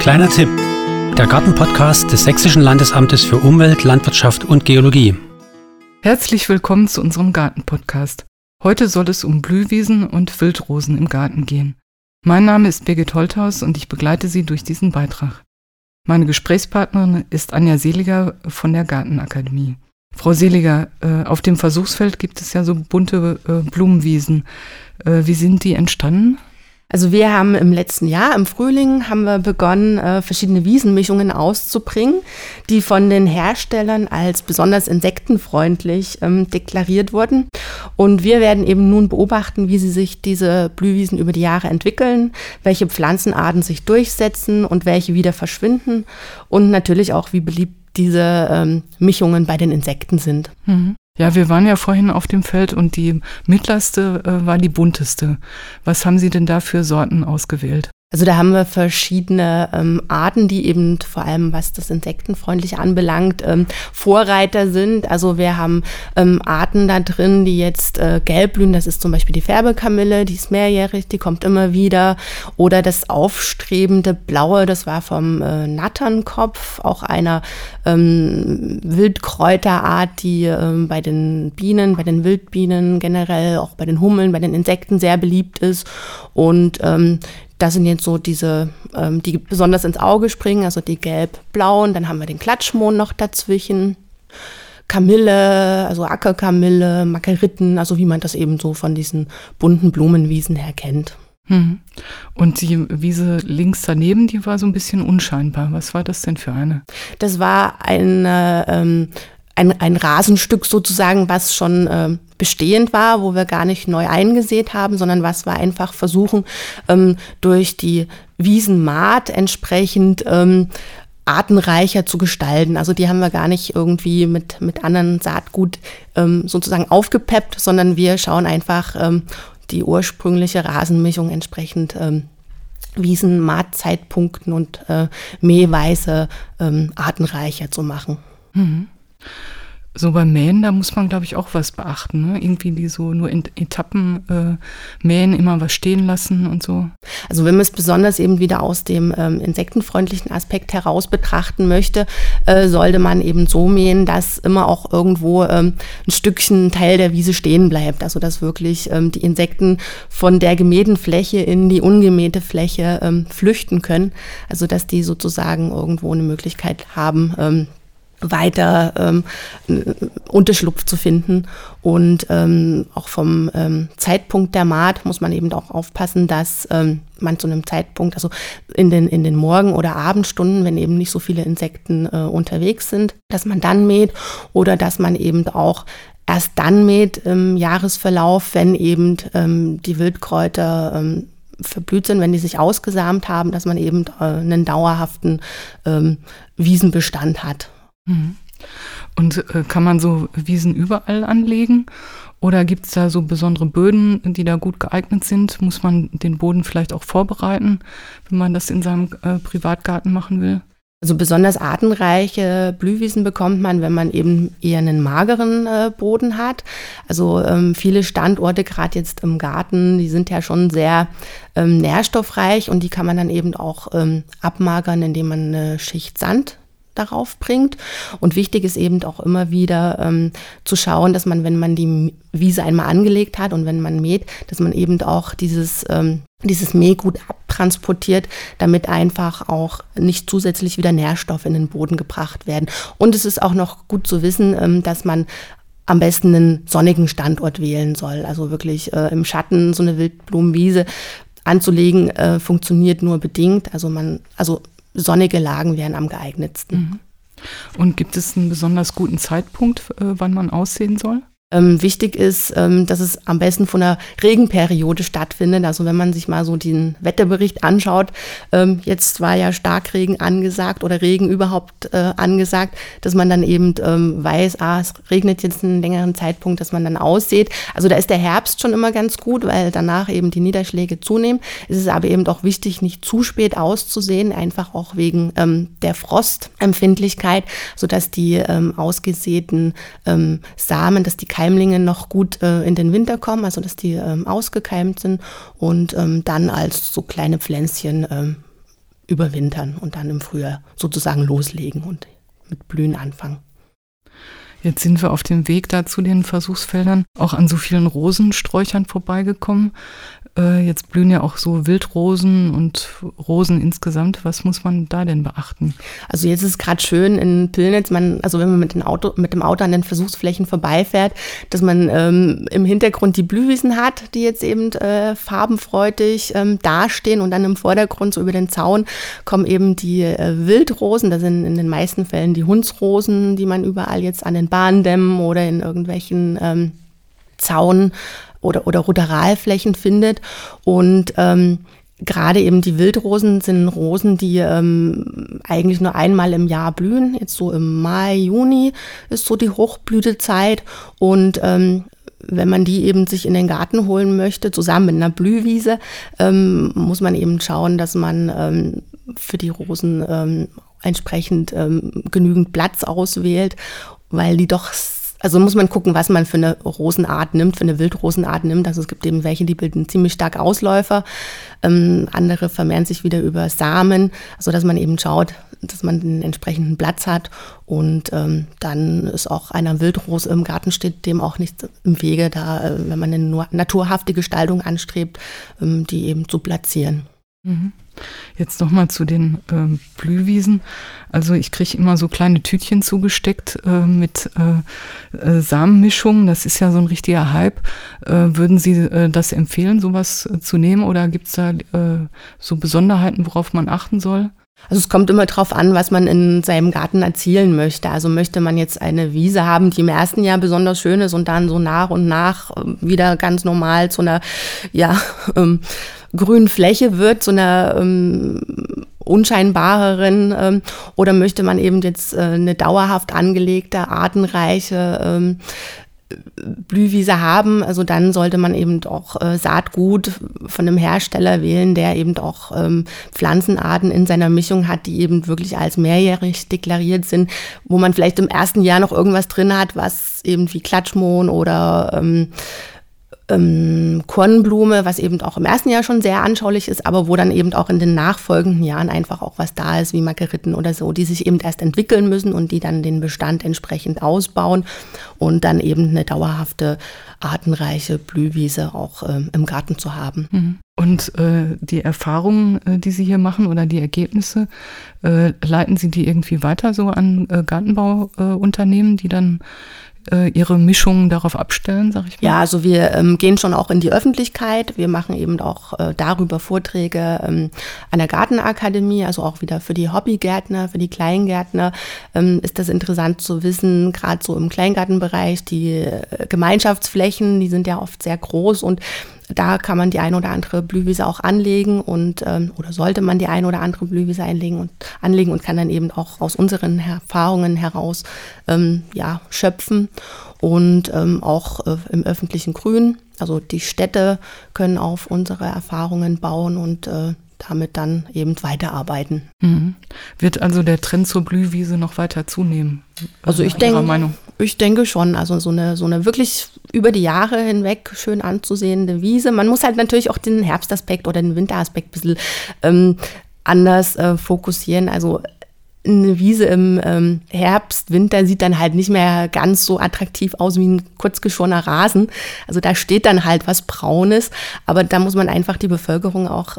Kleiner Tipp: Der Gartenpodcast des Sächsischen Landesamtes für Umwelt, Landwirtschaft und Geologie. Herzlich willkommen zu unserem Gartenpodcast. Heute soll es um Blühwiesen und Wildrosen im Garten gehen. Mein Name ist Birgit Holthaus und ich begleite Sie durch diesen Beitrag. Meine Gesprächspartnerin ist Anja Seliger von der Gartenakademie. Frau Seliger, auf dem Versuchsfeld gibt es ja so bunte Blumenwiesen. Wie sind die entstanden? Also wir haben im letzten Jahr, im Frühling, haben wir begonnen, verschiedene Wiesenmischungen auszubringen, die von den Herstellern als besonders insektenfreundlich deklariert wurden. Und wir werden eben nun beobachten, wie sich diese Blühwiesen über die Jahre entwickeln, welche Pflanzenarten sich durchsetzen und welche wieder verschwinden und natürlich auch, wie beliebt diese Mischungen bei den Insekten sind. Mhm. Ja, wir waren ja vorhin auf dem Feld und die mittlerste war die bunteste. Was haben Sie denn da für Sorten ausgewählt? Also da haben wir verschiedene Arten, die eben vor allem, was das Insektenfreundliche anbelangt, Vorreiter sind. Also wir haben Arten da drin, die jetzt gelb blühen. Das ist zum Beispiel die Färbekamille, die ist mehrjährig, die kommt immer wieder. Oder das aufstrebende Blaue, das war vom Natternkopf, auch einer Wildkräuterart, die bei den Bienen, bei den Wildbienen generell, auch bei den Hummeln, bei den Insekten sehr beliebt ist. Und das sind jetzt so diese, die besonders ins Auge springen, also die gelb-blauen. Dann haben wir den Klatschmohn noch dazwischen. Kamille, also Ackerkamille, Margeriten, also wie man das eben so von diesen bunten Blumenwiesen her kennt. Und die Wiese links daneben, die war so ein bisschen unscheinbar. Was war das denn für eine? Das war ein Rasenstück sozusagen, was schon bestehend war, wo wir gar nicht neu eingesät haben, sondern was wir einfach versuchen, durch die Wiesenmaat entsprechend artenreicher zu gestalten. Also die haben wir gar nicht irgendwie mit anderen Saatgut sozusagen aufgepeppt, sondern wir schauen einfach die ursprüngliche Rasenmischung entsprechend Wiesenmaatzeitpunkten und Mähweise artenreicher zu machen. Mhm. So beim Mähen, da muss man, glaube ich, auch was beachten, ne? Irgendwie die so nur in Etappen mähen, immer was stehen lassen und so. Also wenn man es besonders eben wieder aus dem insektenfreundlichen Aspekt heraus betrachten möchte, sollte man eben so mähen, dass immer auch irgendwo ein Stückchen Teil der Wiese stehen bleibt. Also dass wirklich die Insekten von der gemähten Fläche in die ungemähte Fläche flüchten können. Also dass die sozusagen irgendwo eine Möglichkeit haben, weiter Unterschlupf zu finden. Und auch vom Zeitpunkt der Maat muss man eben auch aufpassen, dass man zu einem Zeitpunkt, also in den Morgen- oder Abendstunden, wenn eben nicht so viele Insekten unterwegs sind, dass man dann mäht oder dass man eben auch erst dann mäht im Jahresverlauf, wenn eben die Wildkräuter verblüht sind, wenn die sich ausgesamt haben, dass man eben einen dauerhaften Wiesenbestand hat. Und kann man so Wiesen überall anlegen? Oder gibt es da so besondere Böden, die da gut geeignet sind? Muss man den Boden vielleicht auch vorbereiten, wenn man das in seinem Privatgarten machen will? Also besonders artenreiche Blühwiesen bekommt man, wenn man eben eher einen mageren Boden hat. Also viele Standorte, gerade jetzt im Garten, die sind ja schon sehr nährstoffreich und die kann man dann eben auch abmagern, indem man eine Schicht Sand darauf bringt. Und wichtig ist eben auch immer wieder zu schauen, dass man, wenn man die Wiese einmal angelegt hat und wenn man mäht, dass man eben auch dieses Mähgut abtransportiert, damit einfach auch nicht zusätzlich wieder Nährstoffe in den Boden gebracht werden. Und es ist auch noch gut zu wissen, dass man am besten einen sonnigen Standort wählen soll. Also wirklich im Schatten so eine Wildblumenwiese anzulegen, funktioniert nur bedingt. Also sonnige Lagen wären am geeignetsten. Und gibt es einen besonders guten Zeitpunkt, wann man aussehen soll? Wichtig ist, dass es am besten von einer Regenperiode stattfindet. Also wenn man sich mal so den Wetterbericht anschaut, jetzt war ja Starkregen angesagt oder Regen überhaupt angesagt, dass man dann eben weiß, es regnet jetzt einen längeren Zeitpunkt, dass man dann aussät. Also da ist der Herbst schon immer ganz gut, weil danach eben die Niederschläge zunehmen. Es ist aber eben auch wichtig, nicht zu spät auszusehen, einfach auch wegen der Frostempfindlichkeit, sodass die ausgesäten Samen, dass die Keimlinge noch gut in den Winter kommen, also dass die ausgekeimt sind und dann als so kleine Pflänzchen überwintern und dann im Frühjahr sozusagen loslegen und mit Blühen anfangen. Jetzt sind wir auf dem Weg da zu den Versuchsfeldern auch an so vielen Rosensträuchern vorbeigekommen. Jetzt blühen ja auch so Wildrosen und Rosen insgesamt. Was muss man da denn beachten? Also jetzt ist es gerade schön in Pillnitz, wenn man mit dem Auto an den Versuchsflächen vorbeifährt, dass man im Hintergrund die Blühwiesen hat, die jetzt eben farbenfreudig dastehen, und dann im Vordergrund so über den Zaun kommen eben die Wildrosen. Das sind in den meisten Fällen die Hundsrosen, die man überall jetzt an den Bahndämmen oder in irgendwelchen Zaun oder Ruderalflächen findet. Und gerade eben die Wildrosen sind Rosen, die eigentlich nur einmal im Jahr blühen. Jetzt so im Mai, Juni ist so die Hochblütezeit. Und wenn man die eben sich in den Garten holen möchte, zusammen mit einer Blühwiese, muss man eben schauen, dass man für die Rosen entsprechend genügend Platz auswählt, weil die doch, also muss man gucken, was man für eine Rosenart nimmt, für eine Wildrosenart nimmt. Also es gibt eben welche, die bilden ziemlich stark Ausläufer, andere vermehren sich wieder über Samen, sodass man eben schaut, dass man den entsprechenden Platz hat, und dann ist auch einer Wildrose im Garten steht dem auch nichts im Wege, da, wenn man eine naturhafte Gestaltung anstrebt, die eben zu platzieren. Jetzt nochmal zu den Blühwiesen. Also ich kriege immer so kleine Tütchen zugesteckt mit Samenmischungen. Das ist ja so ein richtiger Hype. Würden Sie das empfehlen, sowas zu nehmen? Oder gibt es da so Besonderheiten, worauf man achten soll? Also es kommt immer drauf an, was man in seinem Garten erzielen möchte. Also möchte man jetzt eine Wiese haben, die im ersten Jahr besonders schön ist und dann so nach und nach wieder ganz normal zu einer grünen Fläche wird, zu einer unscheinbareren, oder möchte man eben jetzt eine dauerhaft angelegte, artenreiche Blühwiese haben, also dann sollte man eben auch Saatgut von einem Hersteller wählen, der eben auch Pflanzenarten in seiner Mischung hat, die eben wirklich als mehrjährig deklariert sind, wo man vielleicht im ersten Jahr noch irgendwas drin hat, was eben wie Klatschmohn oder Kornblume, was eben auch im ersten Jahr schon sehr anschaulich ist, aber wo dann eben auch in den nachfolgenden Jahren einfach auch was da ist, wie Margeriten oder so, die sich eben erst entwickeln müssen und die dann den Bestand entsprechend ausbauen und dann eben eine dauerhafte, artenreiche Blühwiese auch im Garten zu haben. Und die Erfahrungen, die Sie hier machen, oder die Ergebnisse, leiten Sie die irgendwie weiter so an Gartenbauunternehmen, die dann ihre Mischungen darauf abstellen, sag ich mal? Ja, also wir gehen schon auch in die Öffentlichkeit. Wir machen eben auch darüber Vorträge an der Gartenakademie, also auch wieder für die Hobbygärtner, für die Kleingärtner ist das interessant zu wissen, gerade so im Kleingartenbereich, die Gemeinschaftsflächen, die sind ja oft sehr groß, und da kann man die ein oder andere Blühwiese auch anlegen und oder sollte man die ein oder andere Blühwiese anlegen und kann dann eben auch aus unseren Erfahrungen heraus schöpfen, und auch im öffentlichen Grün. Also die Städte können auf unsere Erfahrungen bauen und damit dann eben weiterarbeiten. Wird also der Trend zur Blühwiese noch weiter zunehmen? Also ich denke schon, also so eine wirklich über die Jahre hinweg schön anzusehende Wiese. Man muss halt natürlich auch den Herbstaspekt oder den Winteraspekt ein bisschen anders fokussieren. Also eine Wiese im Herbst, Winter sieht dann halt nicht mehr ganz so attraktiv aus wie ein kurzgeschorener Rasen. Also da steht dann halt was Braunes, aber da muss man einfach die Bevölkerung auch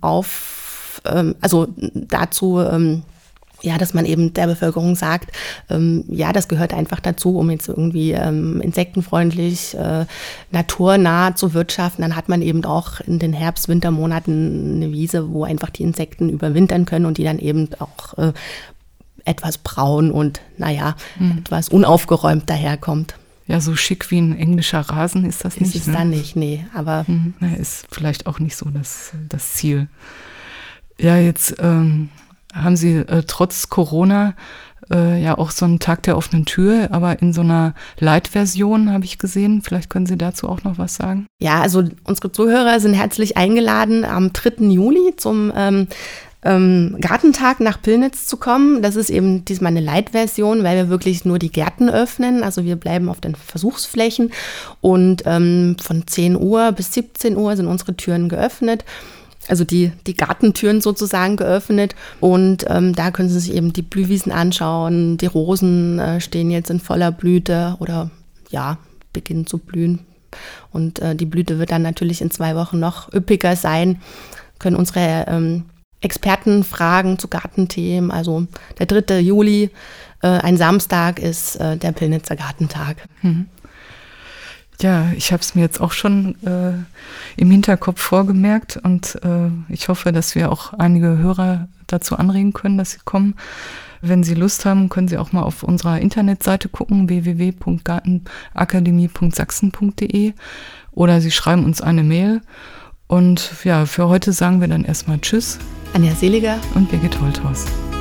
dass man eben der Bevölkerung sagt, das gehört einfach dazu, um jetzt irgendwie insektenfreundlich, naturnah zu wirtschaften. Dann hat man eben auch in den Herbst-Wintermonaten eine Wiese, wo einfach die Insekten überwintern können und die dann eben auch etwas braun und etwas unaufgeräumt daherkommt. Ja, so schick wie ein englischer Rasen ist das nicht. Ist es dann nicht, nee. Aber ist vielleicht auch nicht so das Ziel. Ja, jetzt haben Sie trotz Corona auch so einen Tag der offenen Tür, aber in so einer Light-Version habe ich gesehen. Vielleicht können Sie dazu auch noch was sagen? Ja, also unsere Zuhörer sind herzlich eingeladen, am 3. Juli zum Gartentag nach Pillnitz zu kommen. Das ist eben diesmal eine Light-Version, weil wir wirklich nur die Gärten öffnen. Also wir bleiben auf den Versuchsflächen und von 10 Uhr bis 17 Uhr sind unsere Türen geöffnet. also die Gartentüren sozusagen geöffnet und da können Sie sich eben die Blühwiesen anschauen. Die Rosen stehen jetzt in voller Blüte oder ja, beginnen zu blühen. Und die Blüte wird dann natürlich in 2 Wochen noch üppiger sein. Können unsere Experten fragen zu Gartenthemen. Also der 3. Juli, ein Samstag, ist der Pillnitzer Gartentag. Ja, ich habe es mir jetzt auch schon im Hinterkopf vorgemerkt und ich hoffe, dass wir auch einige Hörer dazu anregen können, dass sie kommen. Wenn Sie Lust haben, können Sie auch mal auf unserer Internetseite gucken, www.gartenakademie.sachsen.de, oder Sie schreiben uns eine Mail. Und ja, für heute sagen wir dann erstmal Tschüss. Anja Seliger und Birgit Holthaus.